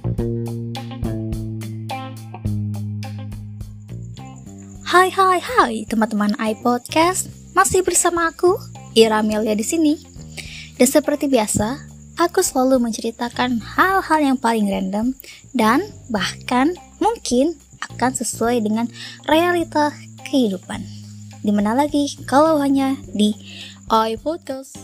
Hai teman-teman iPodcast, masih bersama aku Ira Amelia di sini. Dan seperti biasa, aku selalu menceritakan hal-hal yang paling random dan bahkan mungkin akan sesuai dengan realita kehidupan. Dimana lagi kalau hanya di iPodcast.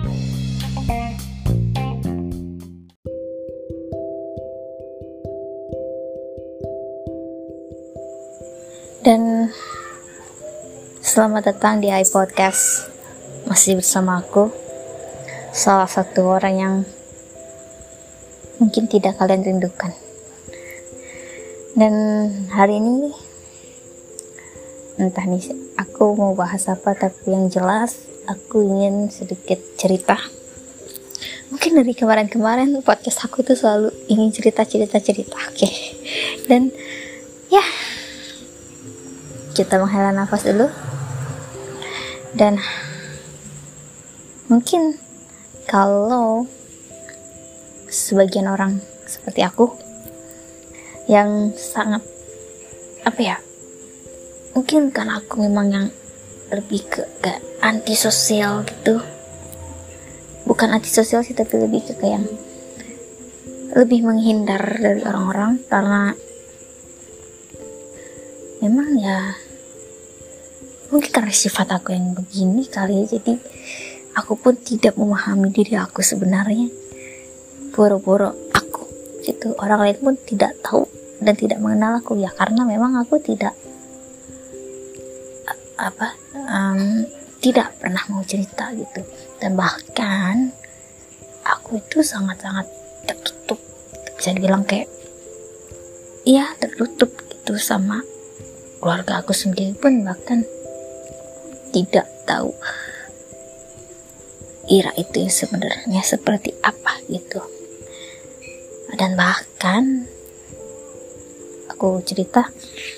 Dan selamat datang di iPodcast. Masih bersama aku, salah satu orang yang mungkin tidak kalian rindukan. Dan hari ini entah nih aku mau bahas apa, tapi yang jelas aku ingin sedikit cerita. Mungkin dari kemarin-kemarin podcast aku tuh selalu ingin cerita. Oke. Dan ya, kita menghela nafas dulu. Dan mungkin kalau sebagian orang seperti aku yang sangat mungkin karena aku memang yang lebih ke antisosial gitu. Bukan antisosial sih, tapi lebih ke kayak yang lebih menghindar dari orang-orang, karena memang ya mungkin karena sifat aku yang begini kali ya. Jadi aku pun tidak memahami diri aku sebenarnya. Boro-boro aku gitu, orang lain pun tidak tahu dan tidak mengenal aku ya, karena memang aku tidak tidak pernah mau cerita gitu. Dan bahkan aku itu sangat-sangat tertutup, bisa dibilang kayak tertutup gitu sama keluarga aku sendiri pun bahkan tidak tahu Ira itu sebenarnya seperti apa gitu. Dan bahkan aku cerita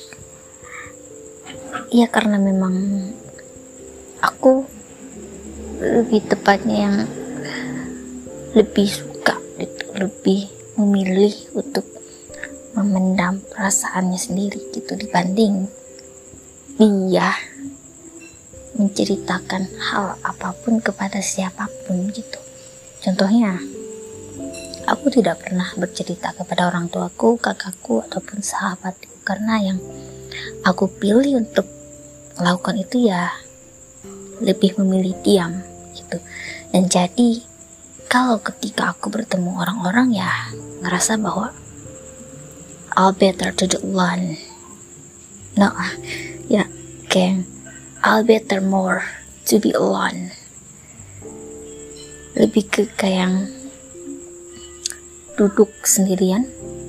karena memang aku lebih tepatnya yang lebih suka gitu, lebih memilih untuk memendam perasaannya sendiri gitu, dibanding dia menceritakan hal apapun kepada siapapun gitu. Contohnya, aku tidak pernah bercerita kepada orang tuaku, kakakku, ataupun sahabatku, karena yang aku pilih untuk melakukan itu lebih memilih diam gitu. Dan jadi kalau ketika aku bertemu orang-orang ngerasa bahwa I'll better to the alone. I'll better more to be alone. Lebih ke kayak yang duduk sendirian,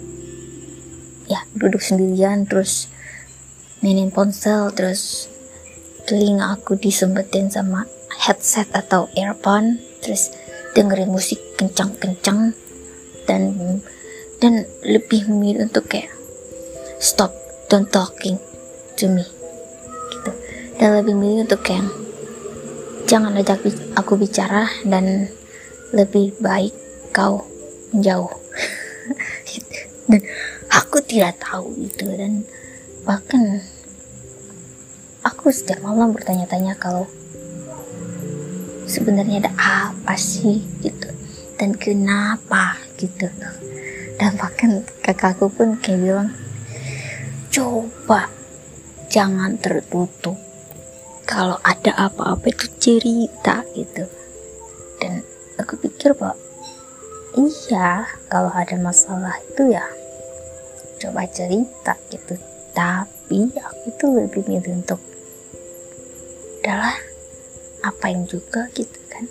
terus mainin ponsel, terus telinga aku disempetin sama headset atau earphone, terus dengerin musik kencang-kencang, dan lebih memilih untuk kayak stop, don't talking to me gitu. Dan lebih memilih untuk kayak jangan ajak aku bicara, dan lebih baik kau menjauh. Dan aku tidak tahu itu, dan bahkan aku setiap malam bertanya-tanya kalau sebenarnya ada apa sih gitu, dan kenapa gitu. Dan bahkan kakakku pun kayak bilang, coba jangan tertutup, kalau ada apa-apa itu cerita gitu. Dan aku pikir bahwa kalau ada masalah itu coba cerita gitu. Tapi aku itu lebih milih untuk udahlah, apain juga gitu kan.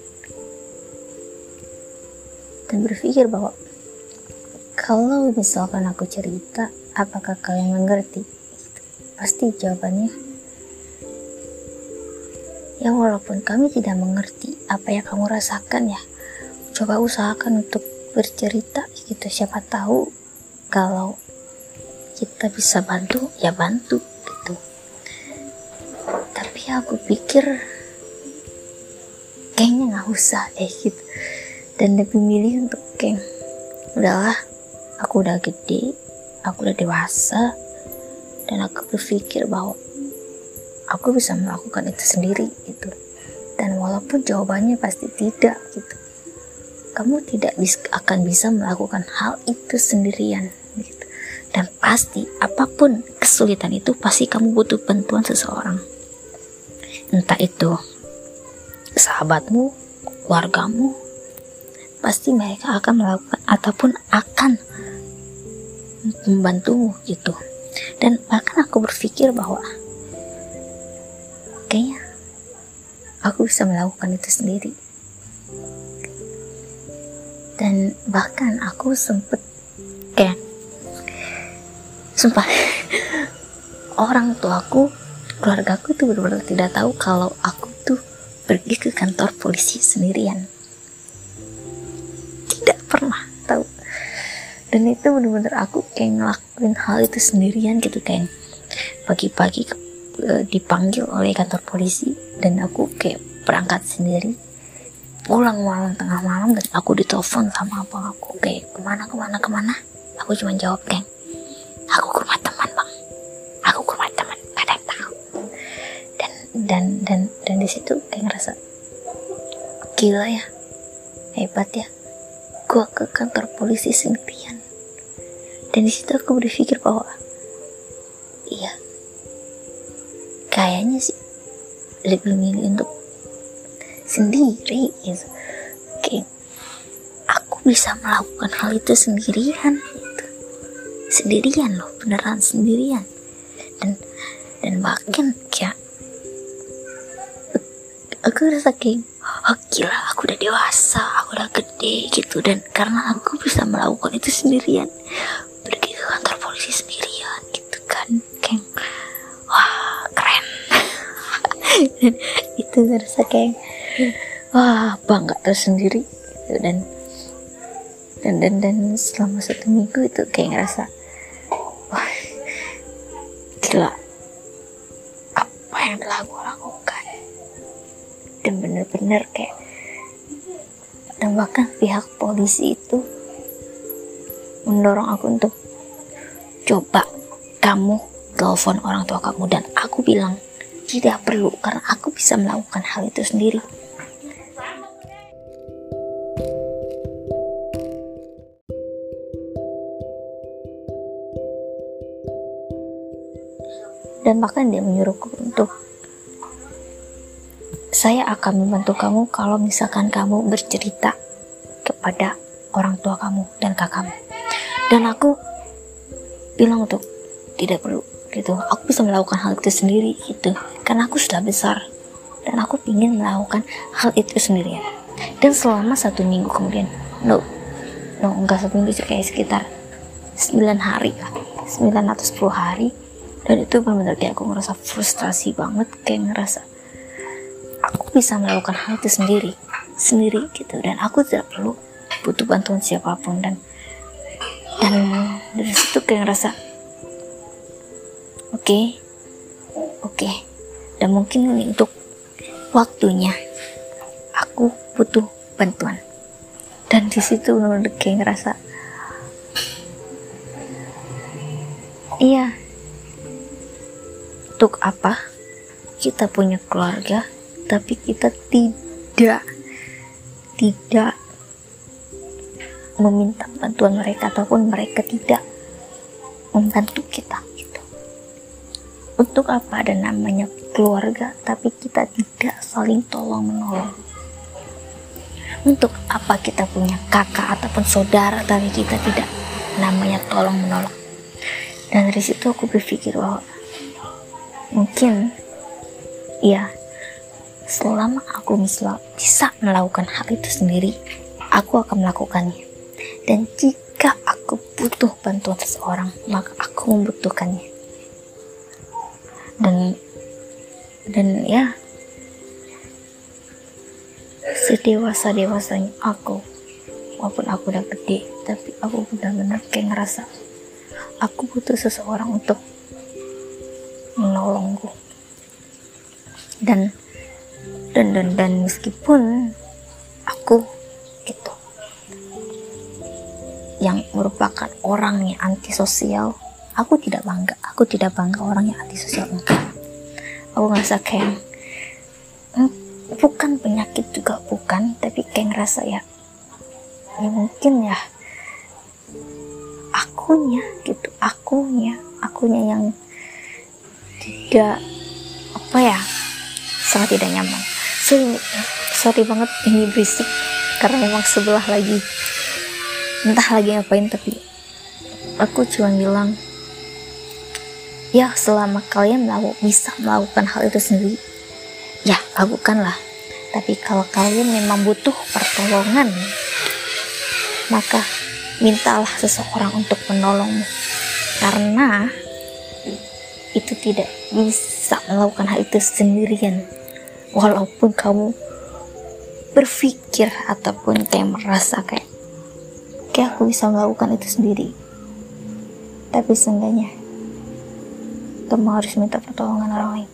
Dan berpikir bahwa kalau misalkan aku cerita, apakah kalian mengerti gitu. Pasti jawabannya walaupun kami tidak mengerti apa yang kamu rasakan, coba usahakan untuk bercerita gitu. Siapa tahu kalau kita bisa bantu, bantu gitu. Tapi aku pikir kayaknya gak usah gitu. Dan lebih milih untuk kayak udahlah, aku udah gede, aku udah dewasa, dan aku berpikir bahwa aku bisa melakukan itu sendiri gitu. Dan walaupun jawabannya pasti tidak gitu, kamu tidak akan bisa melakukan hal itu sendirian gitu. Dan pasti apapun kesulitan itu, pasti kamu butuh bantuan seseorang, entah itu sahabatmu, keluargamu. Pasti mereka akan melakukan ataupun akan membantumu gitu. Dan bahkan aku berpikir bahwa kayaknya aku bisa melakukan itu sendiri. Dan bahkan aku sempet kayak sumpah orang tuaku, keluargaku tuh benar-benar tidak tahu kalau aku tuh pergi ke kantor polisi sendirian. Tidak pernah tahu. Dan itu benar-benar aku kayak ngelakuin hal itu sendirian gitu, kayak pagi-pagi dipanggil oleh kantor polisi dan aku kayak berangkat sendiri, pulang malam tengah malam, dan aku ditelepon sama abang aku kayak kemana. Aku cuma jawab kayak aku ke rumah teman bang, aku ke rumah teman, pada tahu. Dan di situ kayak ngerasa gila ya, hebat ya, gua ke kantor polisi sendirian. Dan di situ aku berpikir bahwa iya, kayaknya sih lebih milih untuk sendiri gitu. Kayak aku bisa melakukan hal itu sendirian gitu. Sendirian loh, beneran sendirian. Dan bahkan kayak aku rasa kayak oh gila, aku udah dewasa, aku udah gede gitu. Dan karena aku bisa melakukan itu sendirian, pergi ke kantor polisi sendirian gitu kan, kayak wah keren. Dan itu ngerasa kayak wah bangga tersendiri gitu. Dan selama 1 minggu itu kayak ngerasa wah gila apa yang telah gue lakukan. Dan bener-bener kayak, dan bahkan pihak polisi itu mendorong aku untuk coba kamu telepon orang tua kamu. Dan aku bilang tidak perlu, karena aku bisa melakukan hal itu sendiri. Dan bahkan dia menyuruhku untuk saya akan membantu kamu kalau misalkan kamu bercerita kepada orang tua kamu dan kakakmu. Dan aku bilang untuk tidak perlu gitu, aku bisa melakukan hal itu sendiri gitu, karena aku sudah besar dan aku ingin melakukan hal itu sendirian. Dan selama 1 minggu kemudian, enggak 1 minggu sih, kayak sekitar 9 hari lah, 9 atau 10 hari. Dan itu benar-benar kayak aku ngerasa frustrasi banget, kayak ngerasa aku bisa melakukan hal itu sendiri gitu, dan aku tidak perlu butuh bantuan siapapun. Dan dari situ kayak ngerasa oke, dan mungkin ini untuk waktunya aku butuh bantuan. Dan di situ benar-benar kayak ngerasa iya, untuk apa kita punya keluarga tapi kita tidak meminta bantuan mereka, ataupun mereka tidak membantu kita gitu. Untuk apa ada namanya keluarga tapi kita tidak saling tolong menolong? Untuk apa kita punya kakak ataupun saudara tapi kita tidak namanya tolong menolong? Dan dari situ aku berpikir bahwa mungkin ya, selama aku bisa melakukan hal itu sendiri, aku akan melakukannya. Dan jika aku butuh bantuan seseorang, maka aku membutuhkannya. Dan ya, sedewasa-dewasanya aku, walaupun aku udah gede, tapi aku benar-benar kayak ngerasa aku butuh seseorang untuk menolongku. Dan meskipun aku gitu yang merupakan orang yang antisosial, aku tidak bangga orang yang antisosial. Enggak, aku ngerasa kayak bukan penyakit juga bukan, tapi kayak ngerasa ya mungkin ya akunya yang tidak sangat tidak nyaman. Sorry banget ini berisik karena memang sebelah lagi entah lagi ngapain, tapi aku cuma bilang ya selama kalian bisa melakukan hal itu sendiri ya lakukanlah, tapi kalau kalian memang butuh pertolongan maka mintalah seseorang untuk menolongmu, karena itu tidak bisa melakukan hal itu sendirian. Walaupun kamu berpikir ataupun kayak merasa kayak aku bisa melakukan itu sendiri, tapi seenggaknya kamu harus minta pertolongan orang lain.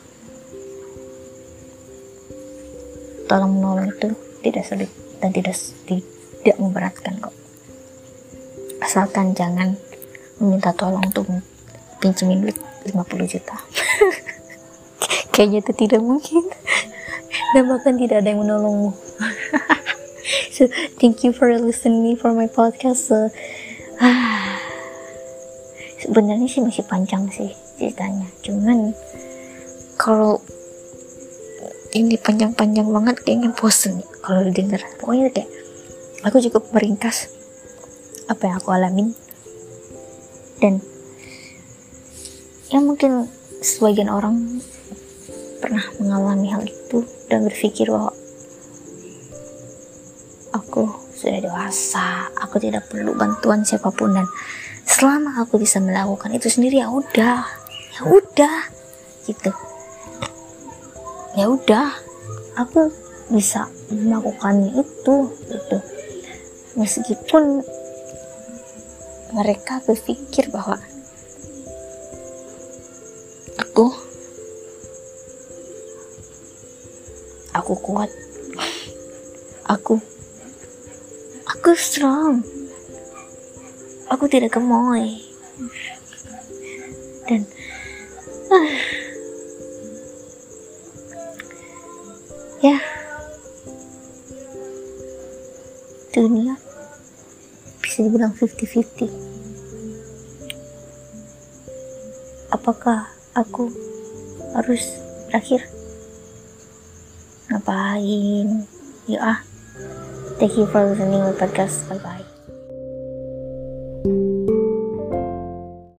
Tolong menolong itu tidak sulit dan tidak memberatkan kok, asalkan jangan meminta tolong untuk pinjemin duit 50 juta. Kayaknya itu tidak mungkin dan bahkan tidak ada yang menolongmu. So thank you for listening for my podcast. Sebenarnya sih masih panjang sih ceritanya, cuman kalau ini panjang-panjang banget kayaknya bosen kalau didengar. Pokoknya kayak aku cukup meringkas apa yang aku alamin, dan ya mungkin sebagian orang pernah mengalami hal itu dan berpikir bahwa aku sudah dewasa, aku tidak perlu bantuan siapapun, dan selama aku bisa melakukan itu sendiri ya udah gitu. Ya udah, aku bisa melakukannya itu gitu. Meskipun mereka berpikir bahwa aku kuat, aku strong, aku tidak gemoy, dan ya dunia bisa dibilang 50-50. Apakah aku harus berakhir? Ngapain? Thank you for listening to my podcast. Bye bye.